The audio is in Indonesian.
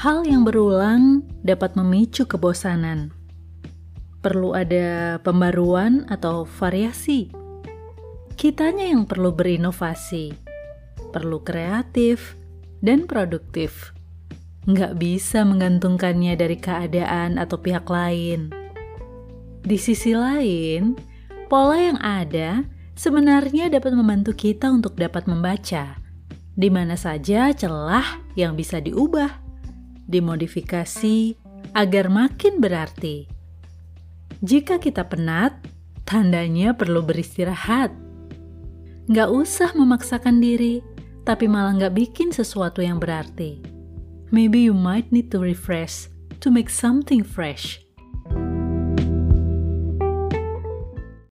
Hal yang berulang dapat memicu kebosanan. Perlu ada pembaruan atau variasi. Kitanya yang perlu berinovasi, perlu kreatif dan produktif. Nggak bisa menggantungkannya dari keadaan atau pihak lain. Di sisi lain, pola yang ada sebenarnya dapat membantu kita untuk dapat membaca di mana saja celah yang bisa diubah, dimodifikasi agar makin berarti. Jika kita penat, tandanya perlu beristirahat. Nggak usah memaksakan diri, tapi malah nggak bikin sesuatu yang berarti. Maybe you might need to refresh to make something fresh.